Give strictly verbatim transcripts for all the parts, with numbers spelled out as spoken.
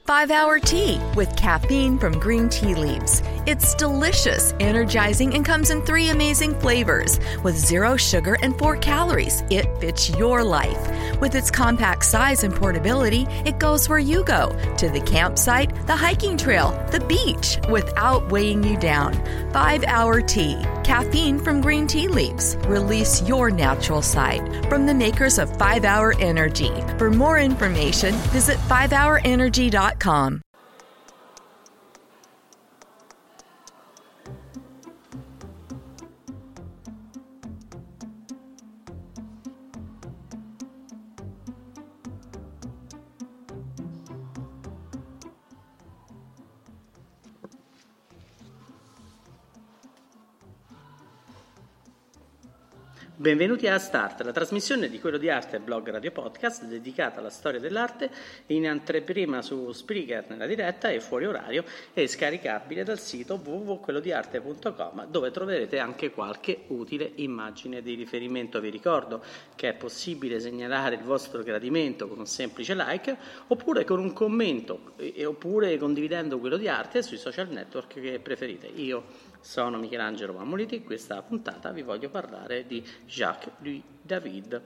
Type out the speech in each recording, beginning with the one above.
five hour Tea with caffeine from green tea leaves. It's delicious, energizing, and comes in three amazing flavors. With zero sugar and four calories, it fits your life. With its compact size and portability, it goes where you go, to the campsite, the hiking trail, the beach, without weighing you down. five hour Tea, caffeine from green tea leaves. Release your natural side. From the makers of five hour Energy. For more information, visit five hour energy dot com. Benvenuti a Start, la trasmissione di Quello di Arte blog radio podcast dedicata alla storia dell'arte, in anteprima su Spreaker nella diretta e fuori orario, e scaricabile dal sito w w w punto quello di arte punto com, dove troverete anche qualche utile immagine di riferimento. Vi ricordo che è possibile segnalare il vostro gradimento con un semplice like oppure con un commento e, oppure condividendo Quello di Arte sui social network che preferite. Io sono Michelangelo Mammoliti e in questa puntata vi voglio parlare di Jacques-Louis David.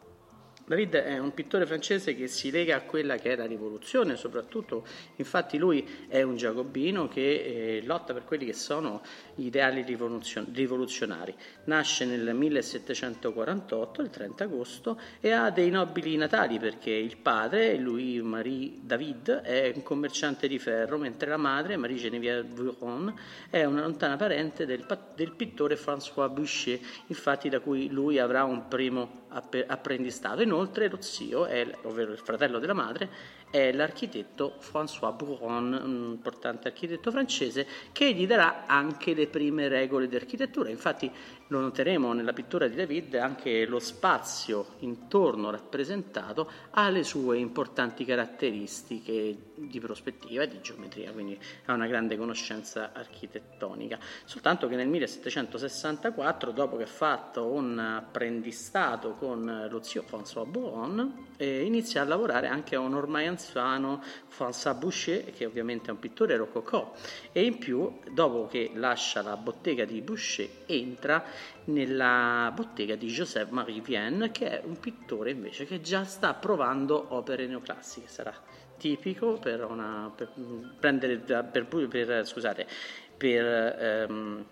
David è un pittore francese che si lega a quella che è la rivoluzione, soprattutto, infatti lui è un giacobino che eh, lotta per quelli che sono gli ideali rivoluzion- rivoluzionari. Nasce nel millesettecentoquarantotto, il trenta agosto, e ha dei nobili natali perché il padre, Louis-Marie David, è un commerciante di ferro, mentre la madre, Marie-Geneviève Vuitton, è una lontana parente del, del pittore François Boucher, infatti da cui lui avrà un primo apprendistato. Inoltre lo zio, è, ovvero il fratello della madre, è l'architetto François Bouron, un importante architetto francese che gli darà anche le prime regole di architettura. Infatti lo noteremo nella pittura di David, anche lo spazio intorno rappresentato ha le sue importanti caratteristiche di prospettiva e di geometria, quindi ha una grande conoscenza architettonica. Soltanto che nel millesettecentosessantaquattro, dopo che ha fatto un apprendistato con lo zio François Bouron, eh, inizia a lavorare anche a un ormai anziano François Boucher, che ovviamente è un pittore rococò, e in più, dopo che lascia la bottega di Boucher, entra nella bottega di Joseph-Marie Vienne, che è un pittore invece che già sta provando opere neoclassiche. Sarà tipico per una per prendere per, per scusate per ehm,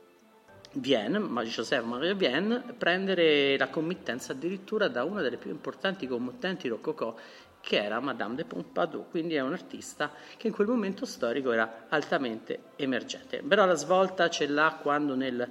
Vienne, ma Joseph-Marie Vienne, prendere la committenza addirittura da una delle più importanti committenti rococò, che era Madame de Pompadour, quindi è un artista che in quel momento storico era altamente emergente. Però la svolta ce l'ha quando nel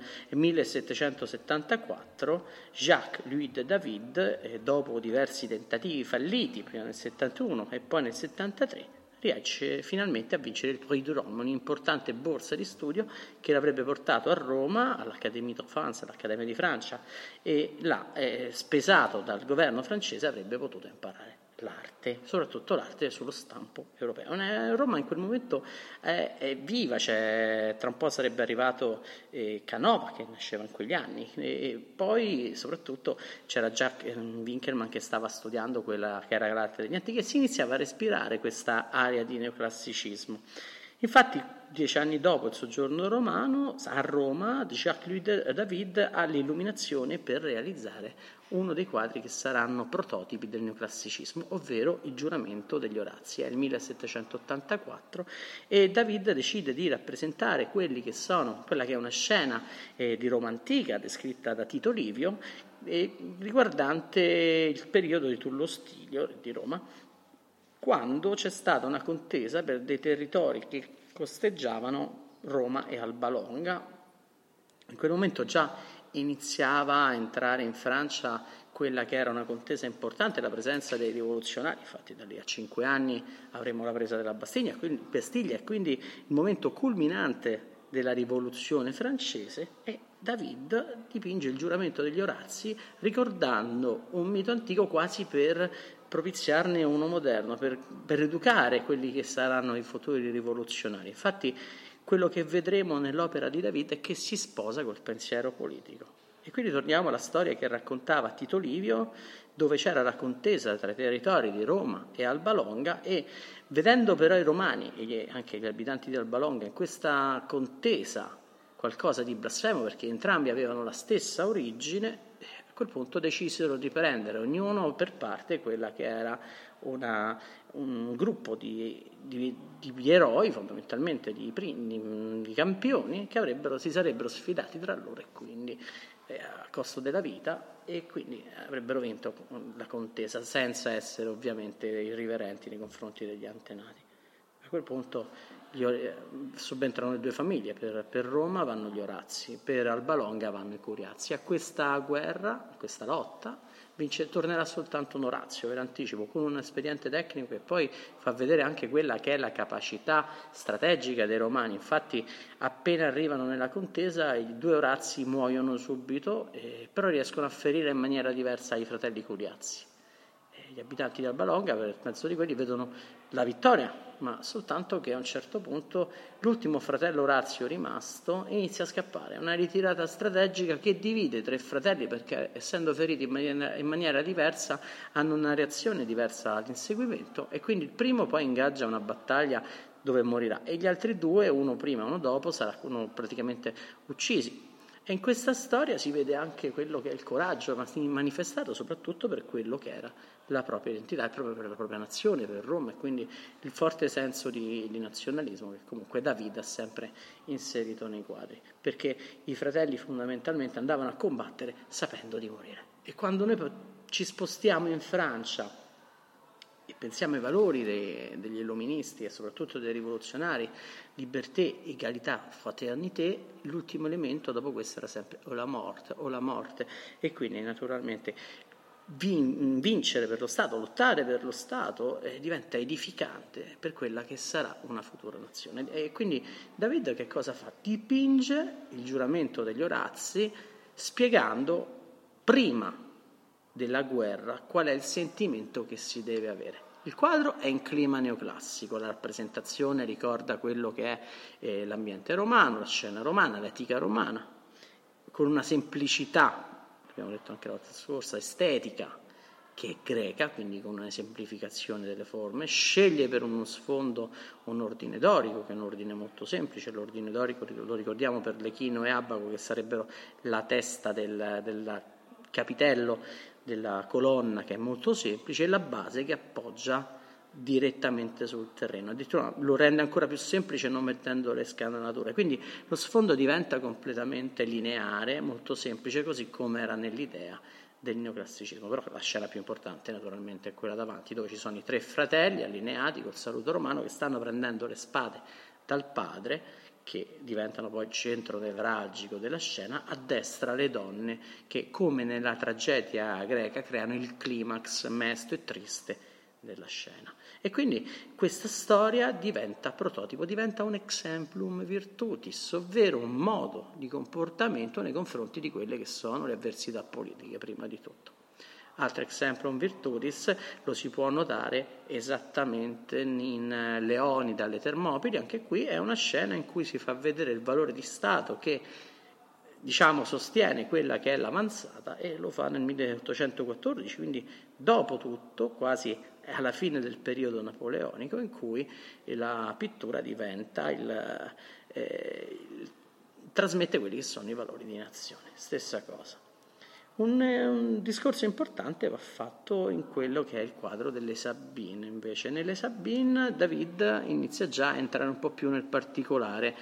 millesettecentosettantaquattro Jacques-Louis David, eh, dopo diversi tentativi falliti, prima nel settantuno e poi nel settantatré, riesce finalmente a vincere il Prix de Rome, un'importante borsa di studio che l'avrebbe portato a Roma, all'Académie de France, all'Accademia di Francia, e là, eh, spesato dal governo francese, avrebbe potuto imparare l'arte, soprattutto l'arte sullo stampo europeo. Roma in quel momento è, è viva, cioè, tra un po' sarebbe arrivato eh, Canova, che nasceva in quegli anni, e poi soprattutto c'era Jack Winkelmann che stava studiando quella che era l'arte degli antichi, e si iniziava a respirare questa area di neoclassicismo. Infatti, dieci anni dopo il soggiorno romano a Roma, Jacques-Louis David ha l'illuminazione per realizzare uno dei quadri che saranno prototipi del neoclassicismo, ovvero il Giuramento degli Orazi. È il millesettecentottantaquattro e David decide di rappresentare quelli che sono, quella che è una scena eh, di Roma antica descritta da Tito Livio, eh, riguardante il periodo di Tullo Stilio di Roma, quando c'è stata una contesa per dei territori che costeggiavano Roma e Alba Longa. In quel momento già iniziava a entrare in Francia quella che era una contesa importante, la presenza dei rivoluzionari. Infatti da lì a cinque anni avremo la presa della Bastiglia, quindi, Bastiglia, e quindi il momento culminante della rivoluzione francese, e David dipinge il Giuramento degli Orazi ricordando un mito antico quasi per propiziarne uno moderno, per, per educare quelli che saranno i futuri rivoluzionari. Infatti quello che vedremo nell'opera di David è che si sposa col pensiero politico. E quindi torniamo alla storia che raccontava Tito Livio, dove c'era la contesa tra i territori di Roma e Alba Longa, e vedendo però i romani e anche gli abitanti di Alba Longa in questa contesa qualcosa di blasfemo, perché entrambi avevano la stessa origine, a quel punto decisero di prendere ognuno per parte quella che era una, un gruppo di, di, di eroi, fondamentalmente di, di, di campioni, che avrebbero, si sarebbero sfidati tra loro e quindi eh, a costo della vita, e quindi avrebbero vinto la contesa senza essere ovviamente irriverenti nei confronti degli antenati. A quel punto gli, subentrano le due famiglie, per, per Roma vanno gli Orazzi, per Alba Longa vanno i Curiazi. A questa guerra, a questa lotta, vince, tornerà soltanto un Orazio, ve l'anticipo, con un espediente tecnico che poi fa vedere anche quella che è la capacità strategica dei Romani. Infatti appena arrivano nella contesa i due Orazzi muoiono subito, eh, però riescono a ferire in maniera diversa i fratelli Curiazi. Gli abitanti di Alba Longa, per mezzo di quelli, vedono la vittoria, ma soltanto che a un certo punto l'ultimo fratello Orazio rimasto inizia a scappare. È una ritirata strategica che divide i tre fratelli, perché essendo feriti in maniera, in maniera diversa hanno una reazione diversa all'inseguimento, e quindi il primo poi ingaggia una battaglia dove morirà e gli altri due, uno prima e uno dopo, saranno praticamente uccisi. E in questa storia si vede anche quello che è il coraggio manifestato soprattutto per quello che era la propria identità e proprio per la propria nazione, per Roma, e quindi il forte senso di, di nazionalismo che comunque David ha sempre inserito nei quadri, perché i fratelli fondamentalmente andavano a combattere sapendo di morire. E quando noi ci spostiamo in Francia e pensiamo ai valori dei, degli illuministi e soprattutto dei rivoluzionari, libertà, egalità, fraternité, l'ultimo elemento dopo questo era sempre o la morte o la morte, e quindi naturalmente vin- vincere per lo Stato, lottare per lo Stato eh, diventa edificante per quella che sarà una futura nazione. E quindi David che cosa fa? Dipinge il giuramento degli Orazzi spiegando prima della guerra qual è il sentimento che si deve avere. Il quadro è in clima neoclassico, la rappresentazione ricorda quello che è eh, l'ambiente romano, la scena romana, l'etica romana, con una semplicità, abbiamo detto anche la volta scorsa, estetica, che è greca, quindi con una semplificazione delle forme. Sceglie per uno sfondo un ordine dorico, che è un ordine molto semplice. L'ordine dorico lo ricordiamo per l'Echino e Abaco, che sarebbero la testa del, del capitello della colonna, che è molto semplice, e la base che appoggia direttamente sul terreno. Addirittura lo rende ancora più semplice non mettendo le scanalature. Quindi lo sfondo diventa completamente lineare, molto semplice, così come era nell'idea del neoclassicismo. Però la scena più importante naturalmente è quella davanti, dove ci sono i tre fratelli allineati col saluto romano che stanno prendendo le spade dal padre, che diventano poi il centro nevralgico della scena. A destra le donne che, come nella tragedia greca, creano il climax mesto e triste della scena. E quindi questa storia diventa prototipo, diventa un exemplum virtutis, ovvero un modo di comportamento nei confronti di quelle che sono le avversità politiche, prima di tutto. Altro exemplum virtutis lo si può notare esattamente in Leonida alle Termopili. Anche qui è una scena in cui si fa vedere il valore di Stato che, diciamo, sostiene quella che è l'avanzata, e lo fa nel milleottocentoquattordici, quindi dopo tutto, quasi alla fine del periodo napoleonico, in cui la pittura diventa il, eh, il, trasmette quelli che sono i valori di nazione. Stessa cosa. Un, un discorso importante va fatto in quello che è il quadro delle Sabine. Invece nelle Sabine David inizia già a entrare un po' più nel particolare,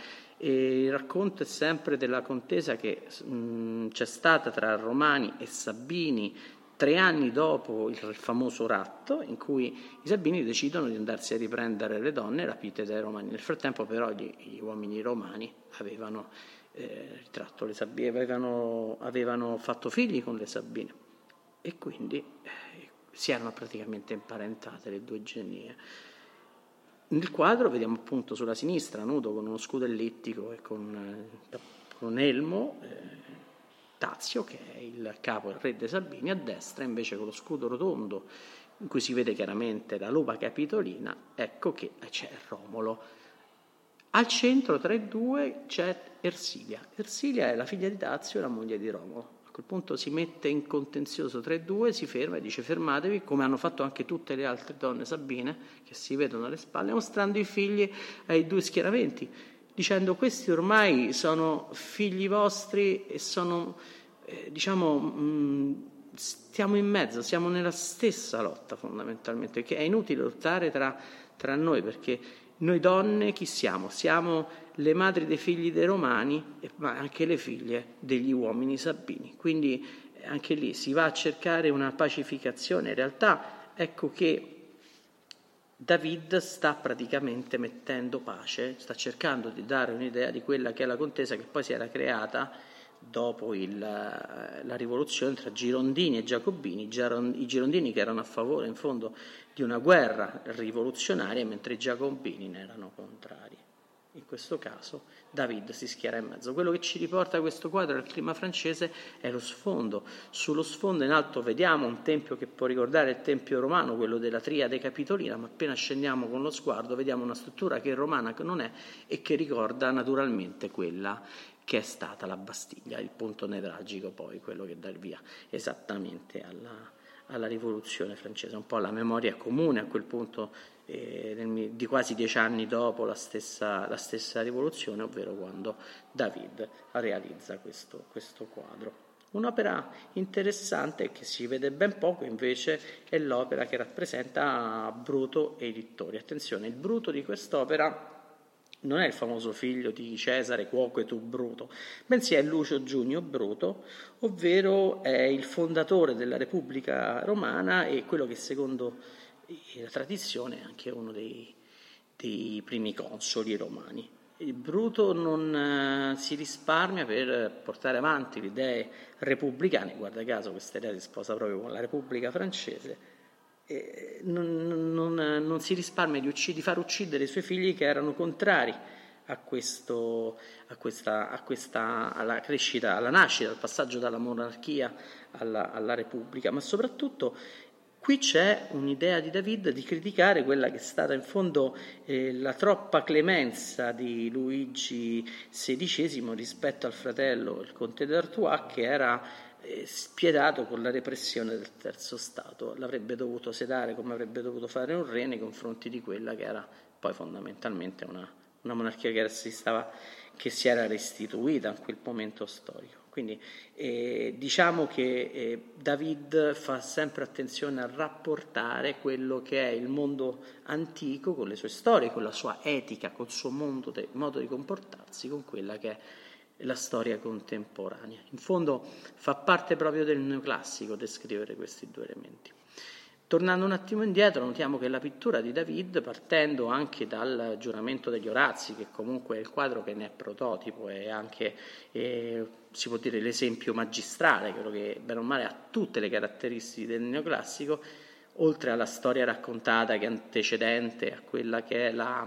e il racconto è sempre della contesa che mh, c'è stata tra Romani e Sabini tre anni dopo il famoso ratto, in cui i Sabini decidono di andarsi a riprendere le donne rapite dai Romani. Nel frattempo però gli, gli uomini romani avevano Eh, ritratto le Sabine, avevano, avevano fatto figli con le Sabine, e quindi eh, si erano praticamente imparentate le due genie. Nel quadro vediamo appunto sulla sinistra nudo con uno scudo ellittico e con, eh, con un elmo eh, Tazio, che è il capo, il re dei Sabini. A destra invece con lo scudo rotondo in cui si vede chiaramente la lupa capitolina, ecco che c'è Romolo. Al centro tra i due c'è Ersilia. Ersilia è la figlia di Tazio e la moglie di Romolo. quel punto si mette in contenzioso tra i due, si ferma e dice fermatevi, come hanno fatto anche tutte le altre donne sabine che si vedono alle spalle, mostrando i figli ai due schieramenti, dicendo questi ormai sono figli vostri e sono, eh, diciamo, mh, stiamo in mezzo, siamo nella stessa lotta fondamentalmente, che è inutile lottare tra, tra noi, perché noi donne chi siamo? Siamo le madri dei figli dei Romani, ma anche le figlie degli uomini sabini. Quindi anche lì si va a cercare una pacificazione. In realtà ecco che David sta praticamente mettendo pace, sta cercando di dare un'idea di quella che è la contesa che poi si era creata dopo il, la rivoluzione tra Girondini e Giacobini, i Girondini che erano a favore in fondo di una guerra rivoluzionaria, mentre i Giacobini ne erano contrari. In questo caso David si schiera in mezzo. Quello che ci riporta questo quadro del clima francese è lo sfondo. Sullo sfondo in alto vediamo un tempio che può ricordare il tempio romano, quello della Triade Capitolina, ma appena scendiamo con lo sguardo vediamo una struttura che è romana, che non è, e che ricorda naturalmente quella che è stata la Bastiglia, il punto nevralgico poi, quello che dà il via esattamente alla, alla rivoluzione francese, un po' la memoria comune a quel punto eh, nel, di quasi dieci anni dopo la stessa, la stessa rivoluzione, ovvero quando David realizza questo, questo quadro. Un'opera interessante che si vede ben poco invece è l'opera che rappresenta Bruto e i Littori. Attenzione, il Bruto di quest'opera non è il famoso figlio di Cesare, Quoque tu Bruto, bensì è Lucio Giunio Bruto, ovvero è il fondatore della Repubblica Romana e quello che secondo la tradizione è anche uno dei, dei primi consoli romani. Il Bruto non eh, si risparmia per portare avanti le idee repubblicane, guarda caso questa idea si sposa proprio con la Repubblica francese, e non, non, non si risparmia di, uccid- di far uccidere i suoi figli che erano contrari a, questo, a, questa, a questa, alla crescita, alla nascita, al passaggio dalla monarchia alla, alla Repubblica, ma soprattutto qui c'è un'idea di David di criticare quella che è stata in fondo eh, la troppa clemenza di Luigi sedicesimo rispetto al fratello, il conte d'Artois, che era eh, spietato con la repressione del terzo Stato. L'avrebbe dovuto sedare come avrebbe dovuto fare un re nei confronti di quella che era poi fondamentalmente una, una monarchia che si, stava, che si era restituita in quel momento storico. Quindi eh, diciamo che eh, David fa sempre attenzione a rapportare quello che è il mondo antico con le sue storie, con la sua etica, col suo mondo de, modo di comportarsi, con quella che è la storia contemporanea. In fondo fa parte proprio del neoclassico descrivere questi due elementi. Tornando un attimo indietro, notiamo che la pittura di David, partendo anche dal giuramento degli Orazi, che comunque è il quadro che ne è prototipo e anche, eh, si può dire, l'esempio magistrale, quello che bene o male ha tutte le caratteristiche del neoclassico, oltre alla storia raccontata che è antecedente a quella che è la,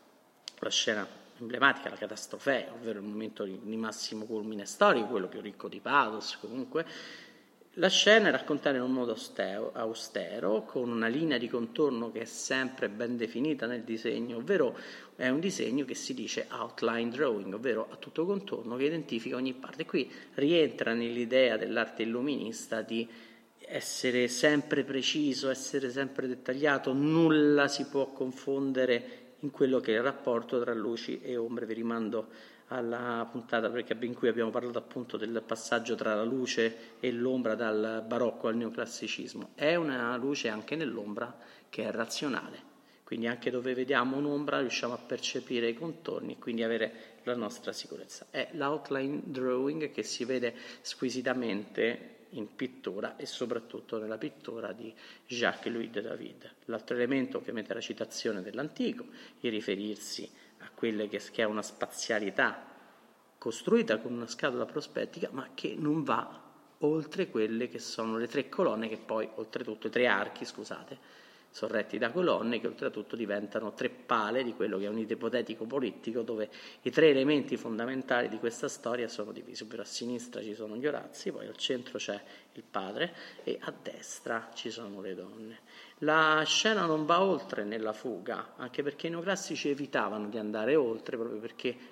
la scena emblematica, la catastrofea, ovvero il momento di, di massimo culmine storico, quello più ricco di pathos comunque. La scena è raccontata in un modo austero, austero, con una linea di contorno che è sempre ben definita nel disegno, ovvero è un disegno che si dice outline drawing, ovvero a tutto contorno, che identifica ogni parte. Qui rientra nell'idea dell'arte illuminista di essere sempre preciso, essere sempre dettagliato, nulla si può confondere in quello che è il rapporto tra luci e ombre. Vi rimando alla puntata perché in cui abbiamo parlato appunto del passaggio tra la luce e l'ombra dal barocco al neoclassicismo. È una luce anche nell'ombra che è razionale, quindi anche dove vediamo un'ombra riusciamo a percepire i contorni e quindi avere la nostra sicurezza. È l'outline drawing che si vede squisitamente in pittura e soprattutto nella pittura di Jacques-Louis de David. L'altro elemento ovviamente è la citazione dell'antico, il riferirsi a quelle che è una spazialità costruita con una scatola prospettica ma che non va oltre quelle che sono le tre colonne che poi oltretutto, i tre archi scusate, sorretti da colonne che oltretutto diventano tre pale di quello che è un ipotetico polittico dove i tre elementi fondamentali di questa storia sono divisi, ovvero a sinistra ci sono gli Orazi, poi al centro c'è il padre e a destra ci sono le donne. La scena non va oltre nella fuga, anche perché i neoclassici evitavano di andare oltre proprio perché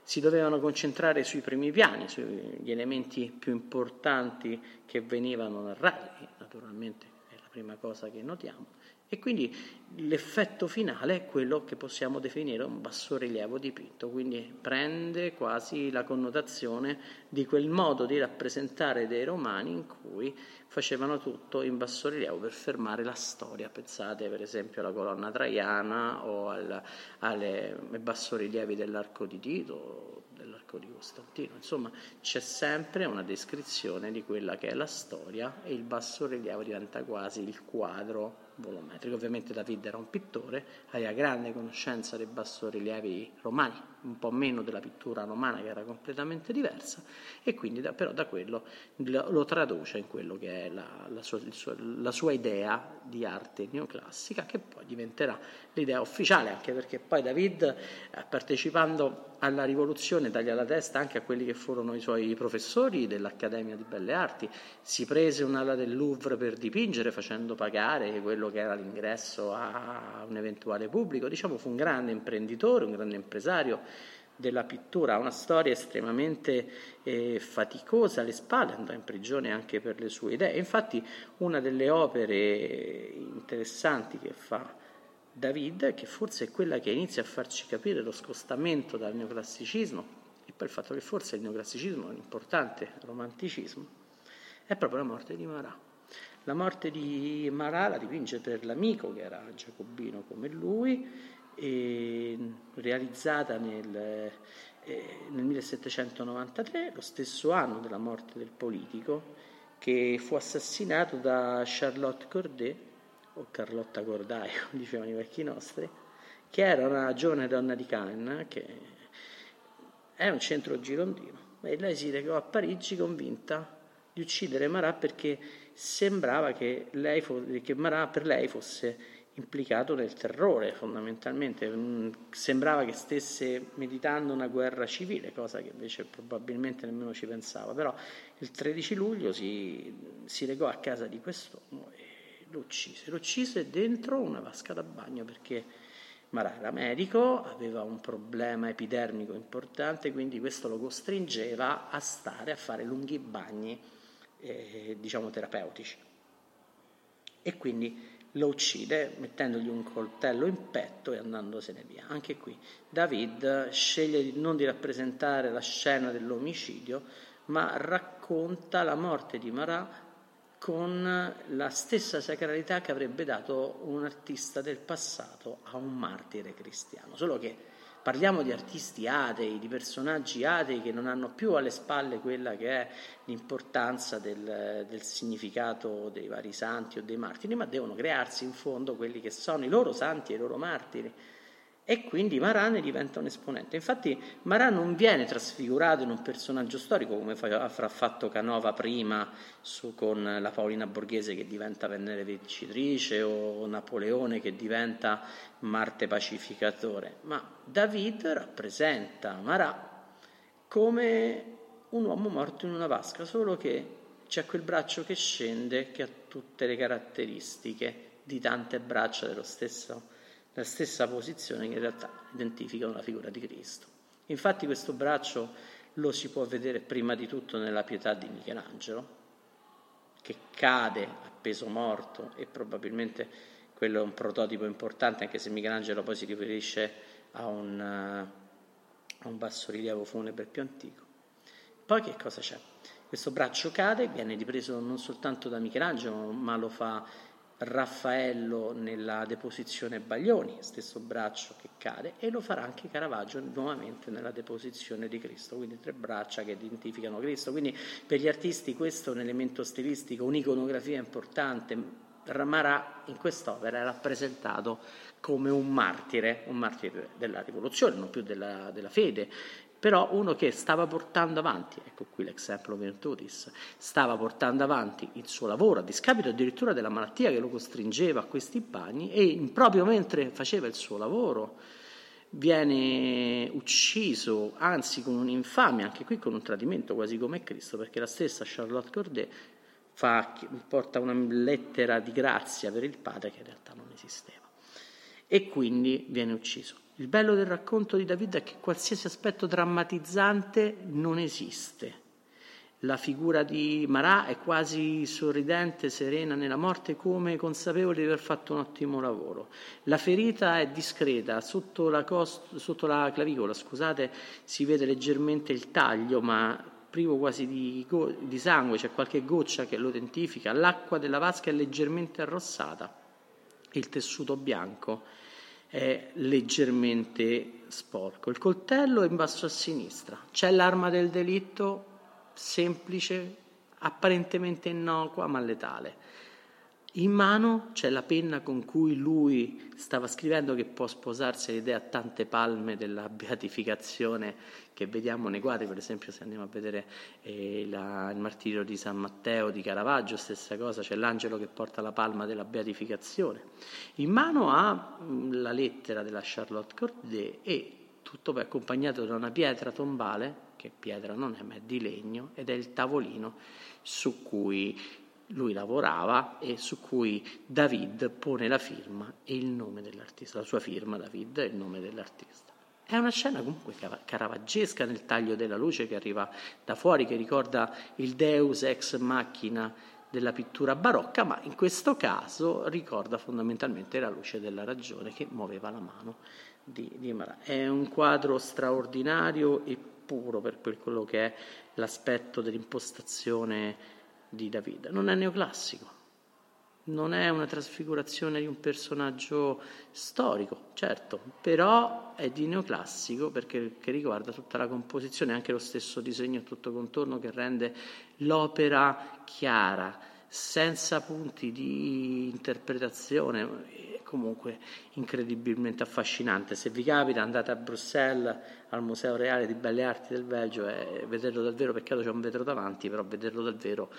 si dovevano concentrare sui primi piani, sugli elementi più importanti che venivano narrati, naturalmente è la prima cosa che notiamo, e quindi l'effetto finale è quello che possiamo definire un bassorilievo dipinto, quindi prende quasi la connotazione di quel modo di rappresentare dei romani in cui facevano tutto in bassorilievo per fermare la storia. Pensate per esempio alla colonna traiana o al, alle bassorilievi dell'arco di Tito, dell'arco di Costantino. Insomma, c'è sempre una descrizione di quella che è la storia e il bassorilievo diventa quasi il quadro volumetrico. Ovviamente David era un pittore, aveva grande conoscenza dei bassorilievi romani, un po' meno della pittura romana che era completamente diversa, e quindi da, però da quello lo, lo traduce in quello che è la, la, sua, suo, la sua idea di arte neoclassica, che poi diventerà l'idea ufficiale, anche perché poi David, eh, partecipando alla rivoluzione, taglia la testa anche a quelli che furono i suoi professori dell'Accademia di Belle Arti, si prese un'ala del Louvre per dipingere facendo pagare quello che era l'ingresso a un eventuale pubblico. Diciamo, fu un grande imprenditore, un grande impresario della pittura, ha una storia estremamente eh, faticosa alle spalle, andò in prigione anche per le sue idee. Infatti una delle opere interessanti che fa David, che forse è quella che inizia a farci capire lo scostamento dal neoclassicismo e poi il fatto che forse il neoclassicismo è un importante romanticismo, è proprio la morte di Marat. La morte di Marat la dipinge per l'amico, che era giacobino come lui, e realizzata nel, eh, nel millesettecentonovantatré, lo stesso anno della morte del politico, che fu assassinato da Charlotte Corday, o Carlotta Corday, come dicevano i vecchi nostri, che era una giovane donna di Cannes, che è un centro girondino, e lei si recò a Parigi convinta di uccidere Marat perché sembrava che, lei fo- che Marat per lei fosse implicato nel terrore, fondamentalmente. Sembrava che stesse meditando una guerra civile, cosa che invece probabilmente nemmeno ci pensava. Però il tredici luglio si, si recò a casa di quest'uomo e lo uccise. Lo uccise dentro una vasca da bagno, perché Marat era medico, aveva un problema epidermico importante, quindi questo lo costringeva a stare a fare lunghi bagni, eh, diciamo terapeutici. E quindi lo uccide mettendogli un coltello in petto e andandosene via. Anche qui David sceglie di non di rappresentare la scena dell'omicidio, ma racconta la morte di Marat con la stessa sacralità che avrebbe dato un artista del passato a un martire cristiano. Solo che parliamo di artisti atei, di personaggi atei che non hanno più alle spalle quella che è l'importanza del, del significato dei vari santi o dei martiri, ma devono crearsi in fondo quelli che sono i loro santi e i loro martiri. E quindi Marat ne diventa un esponente. Infatti Marat non viene trasfigurato in un personaggio storico come avrà fatto Canova prima su, con la Paolina Borghese che diventa Venere vincitrice, o Napoleone che diventa Marte pacificatore, ma David rappresenta Marat come un uomo morto in una vasca, solo che c'è quel braccio che scende che ha tutte le caratteristiche di tante braccia dello stesso la stessa posizione che in realtà identificano la figura di Cristo. Infatti questo braccio lo si può vedere prima di tutto nella Pietà di Michelangelo, che cade appeso morto, e probabilmente quello è un prototipo importante, anche se Michelangelo poi si riferisce a un, a un bassorilievo funebre più antico. Poi che cosa c'è? Questo braccio cade, viene ripreso non soltanto da Michelangelo, ma lo fa Raffaello nella Deposizione Baglioni, stesso braccio che cade, e lo farà anche Caravaggio nuovamente nella Deposizione di Cristo, quindi tre braccia che identificano Cristo. Quindi per gli artisti questo è un elemento stilistico, un'iconografia importante. Marat in quest'opera è rappresentato come un martire, un martire della rivoluzione, non più della, della fede, però uno che stava portando avanti, ecco qui l'exemplo virtutis, stava portando avanti il suo lavoro a discapito addirittura della malattia che lo costringeva a questi bagni, e proprio mentre faceva il suo lavoro viene ucciso, anzi con un'infamia, anche qui con un tradimento quasi come Cristo, perché la stessa Charlotte Corday fa, porta una lettera di grazia per il padre che in realtà non esisteva, e quindi viene ucciso. Il bello del racconto di David è che qualsiasi aspetto drammatizzante non esiste. La figura di Marat è quasi sorridente, serena nella morte, come consapevole di aver fatto un ottimo lavoro. La ferita è discreta, sotto la, cost- sotto la clavicola, scusate, si vede leggermente il taglio, ma privo quasi di, go- di sangue, c'è qualche goccia che lo identifica. L'acqua della vasca è leggermente arrossata, il tessuto bianco è leggermente sporco. Il coltello è in basso a sinistra, c'è l'arma del delitto, semplice, apparentemente innocua ma letale. In mano c'è la penna con cui lui stava scrivendo, che può sposarsi all'idea a tante palme della beatificazione che vediamo nei quadri. Per esempio, se andiamo a vedere eh, la, il martirio di San Matteo di Caravaggio, stessa cosa, c'è l'angelo che porta la palma della beatificazione. In mano ha mh, la lettera della Charlotte Corday, e tutto poi accompagnato da una pietra tombale, che pietra non è ma è di legno, ed è il tavolino su cui lui lavorava e su cui David pone la firma e il nome dell'artista, la sua firma David e il nome dell'artista. È una scena comunque caravaggesca nel taglio della luce che arriva da fuori, che ricorda il Deus ex machina della pittura barocca, ma in questo caso ricorda fondamentalmente la luce della ragione che muoveva la mano di, di Marat. È un quadro straordinario e puro per quello che è l'aspetto dell'impostazione di David. Non è neoclassico, non è una trasfigurazione di un personaggio storico, certo, però è di neoclassico perché che riguarda tutta la composizione, anche lo stesso disegno tutto contorno che rende l'opera chiara, senza punti di interpretazione, è comunque incredibilmente affascinante. Se vi capita, andate a Bruxelles al Museo Reale di Belle Arti del Belgio e vederlo dal vero, peccato c'è un vetro davanti, però vederlo dal vero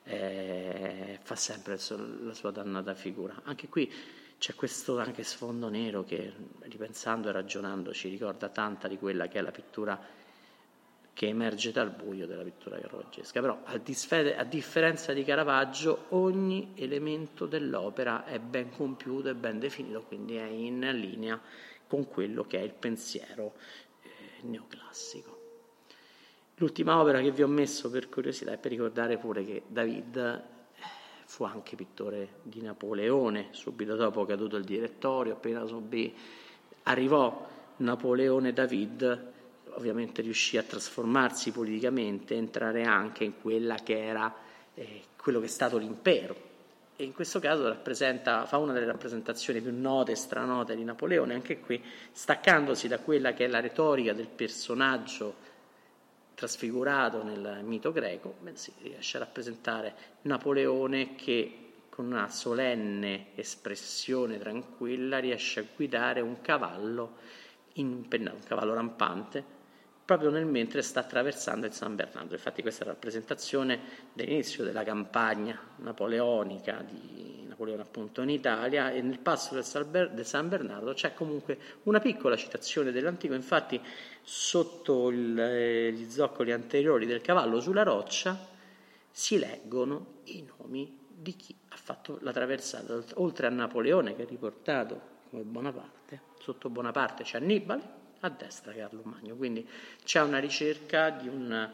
eh, fa sempre il suo, la sua dannata figura. Anche qui c'è questo anche sfondo nero che, ripensando e ragionando, ci ricorda tanta di quella che è la pittura che emerge dal buio della pittura caravaggesca. Però a, disfede, a differenza di Caravaggio, ogni elemento dell'opera è ben compiuto e ben definito, quindi è in linea con quello che è il pensiero eh, neoclassico. L'ultima opera che vi ho messo per curiosità è per ricordare pure che David fu anche pittore di Napoleone. Subito dopo caduto il direttorio, appena subì, arrivò Napoleone David, ovviamente riuscì a trasformarsi politicamente, entrare anche in quella che era eh, quello che è stato l'impero, e in questo caso rappresenta, fa una delle rappresentazioni più note e stranote di Napoleone, anche qui staccandosi da quella che è la retorica del personaggio trasfigurato nel mito greco, bensì riesce a rappresentare Napoleone che con una solenne espressione tranquilla riesce a guidare un cavallo impennato, un cavallo rampante, proprio nel mentre sta attraversando il San Bernardo. Infatti questa è la rappresentazione dell'inizio della campagna napoleonica di Napoleone appunto in Italia, e nel passo del San Bernardo c'è comunque una piccola citazione dell'antico. Infatti sotto il, eh, gli zoccoli anteriori del cavallo sulla roccia si leggono i nomi di chi ha fatto la traversata, oltre a Napoleone che è riportato come Bonaparte. Sotto Bonaparte c'è Annibale, a destra Carlo Magno, quindi c'è una ricerca di un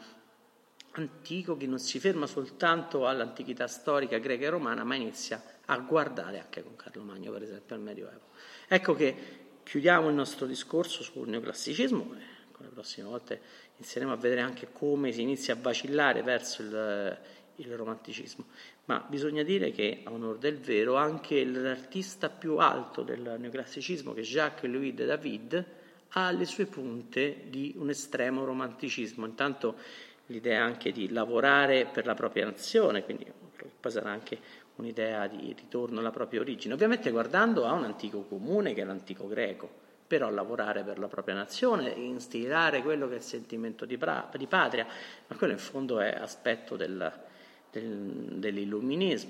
antico che non si ferma soltanto all'antichità storica greca e romana, ma inizia a guardare anche con Carlo Magno, per esempio, al Medioevo. Ecco che chiudiamo il nostro discorso sul neoclassicismo, e con le prossime volte inizieremo a vedere anche come si inizia a vacillare verso il, il romanticismo. Ma bisogna dire che, a onor del vero, anche l'artista più alto del neoclassicismo, che è Jacques-Louis de David, ha le sue punte di un estremo romanticismo. Intanto l'idea anche di lavorare per la propria nazione, quindi poi sarà anche un'idea di ritorno alla propria origine, ovviamente guardando a un antico comune che è l'antico greco, però lavorare per la propria nazione, instillare quello che è il sentimento di, pra- di patria, ma quello in fondo è aspetto del, del, dell'illuminismo.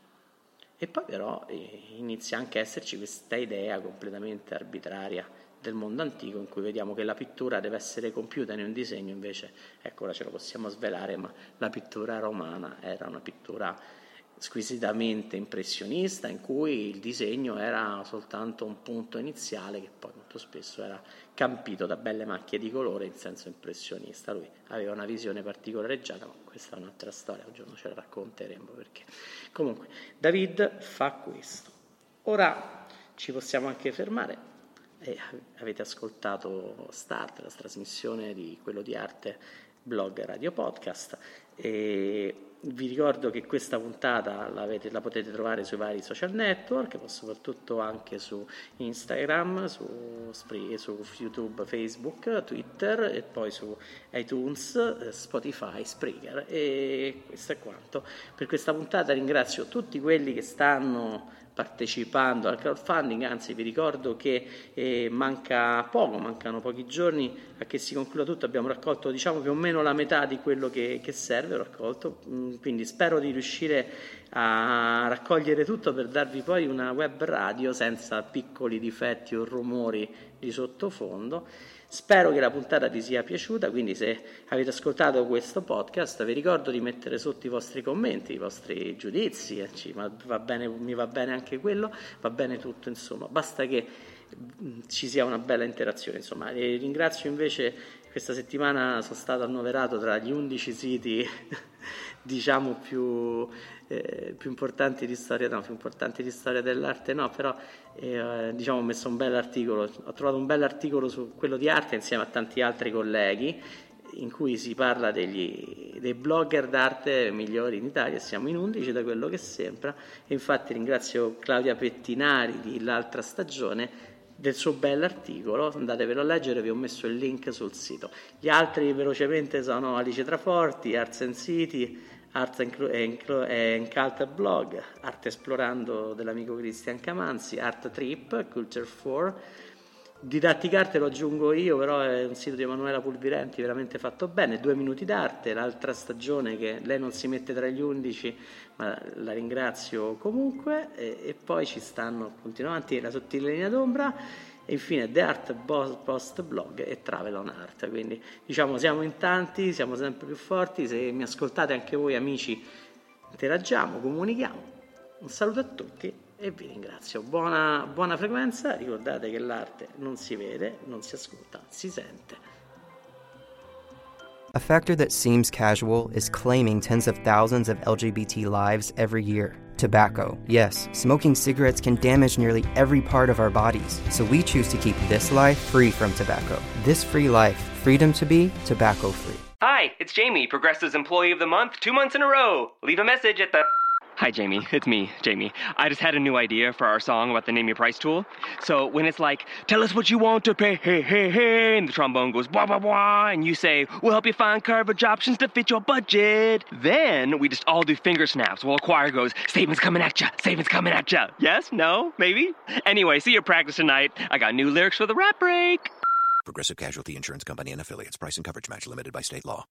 E poi però eh, inizia anche a esserci questa idea completamente arbitraria del mondo antico, in cui vediamo che la pittura deve essere compiuta in un disegno, invece, ecco, ora ce lo possiamo svelare, ma la pittura romana era una pittura squisitamente impressionista, in cui il disegno era soltanto un punto iniziale che poi molto spesso era campito da belle macchie di colore in senso impressionista. Lui aveva una visione particolareggiata, ma questa è un'altra storia, un giorno ce la racconteremo perché. Comunque, David fa questo. Ora ci possiamo anche fermare. Eh, avete ascoltato Start, la trasmissione di Quello di Arte, blog radio podcast, e vi ricordo che questa puntata l'avete, la potete trovare sui vari social network, ma soprattutto anche su Instagram, su, su YouTube, Facebook, Twitter e poi su iTunes, Spotify, Spreaker. E questo è quanto per questa puntata. Ringrazio tutti quelli che stanno partecipando al crowdfunding, anzi vi ricordo che eh, manca poco, mancano pochi giorni a che si concluda tutto. Abbiamo raccolto diciamo più o meno la metà di quello che, che serve, ho raccolto, quindi spero di riuscire a raccogliere tutto per darvi poi una web radio senza piccoli difetti o rumori di sottofondo. Spero che la puntata vi sia piaciuta, quindi se avete ascoltato questo podcast vi ricordo di mettere sotto i vostri commenti, i vostri giudizi, eh, ci, ma va bene, mi va bene anche quello, va bene tutto, insomma, basta che ci sia una bella interazione, insomma. E ringrazio invece, questa settimana sono stato annoverato tra gli undici siti diciamo più, eh, più importanti di storia, no, più importanti di storia dell'arte no, però eh, diciamo ho messo un bell'articolo, ho trovato un bell'articolo su Quello di Arte insieme a tanti altri colleghi, in cui si parla degli, dei blogger d'arte migliori in Italia. Siamo in undici da quello che sembra, e infatti ringrazio Claudia Pettinari di L'altra stagione del suo bell'articolo, andatevelo a leggere, vi ho messo il link sul sito. Gli altri velocemente sono Alice Traforti, Arts and City, Arts and Cult Blog, Arte Esplorando dell'amico Cristian Camanzi, Art Trip, Culture quattro, Didatticarte lo aggiungo io, però è un sito di Emanuela Pulvirenti veramente fatto bene, Due Minuti d'Arte, L'altra stagione, che lei non si mette tra gli undici, ma la ringrazio comunque, e, e poi ci stanno, continuo avanti, La sottile linea d'ombra, e infine The Art Post Blog e Travel on Art. Quindi diciamo siamo in tanti, siamo sempre più forti, se mi ascoltate anche voi amici interagiamo, comunichiamo. Un saluto a tutti e vi ringrazio. Buona, buona frequenza. Ricordate che l'arte non si vede, non si ascolta, si sente. A factor that seems casual is claiming tens of thousands of L G B T lives every year. Tobacco. Yes, smoking cigarettes can damage nearly every part of our bodies, so we choose to keep this life free from tobacco. This free life, freedom to be tobacco-free. Hi, it's Jamie, Progressive's Employee of the Month, two months in a row. Leave a message at the... Hi, Jamie. It's me, Jamie. I just had a new idea for our song about the Name Your Price tool. So when it's like, tell us what you want to pay, hey, hey, hey, and the trombone goes, blah, blah, blah, and you say, we'll help you find coverage options to fit your budget. Then we just all do finger snaps while a choir goes, savings coming at ya, savings coming at ya. Yes? No? Maybe? Anyway, see your practice tonight. I got new lyrics for the rap break. Progressive Casualty Insurance Company and Affiliates. Price and coverage match limited by state law.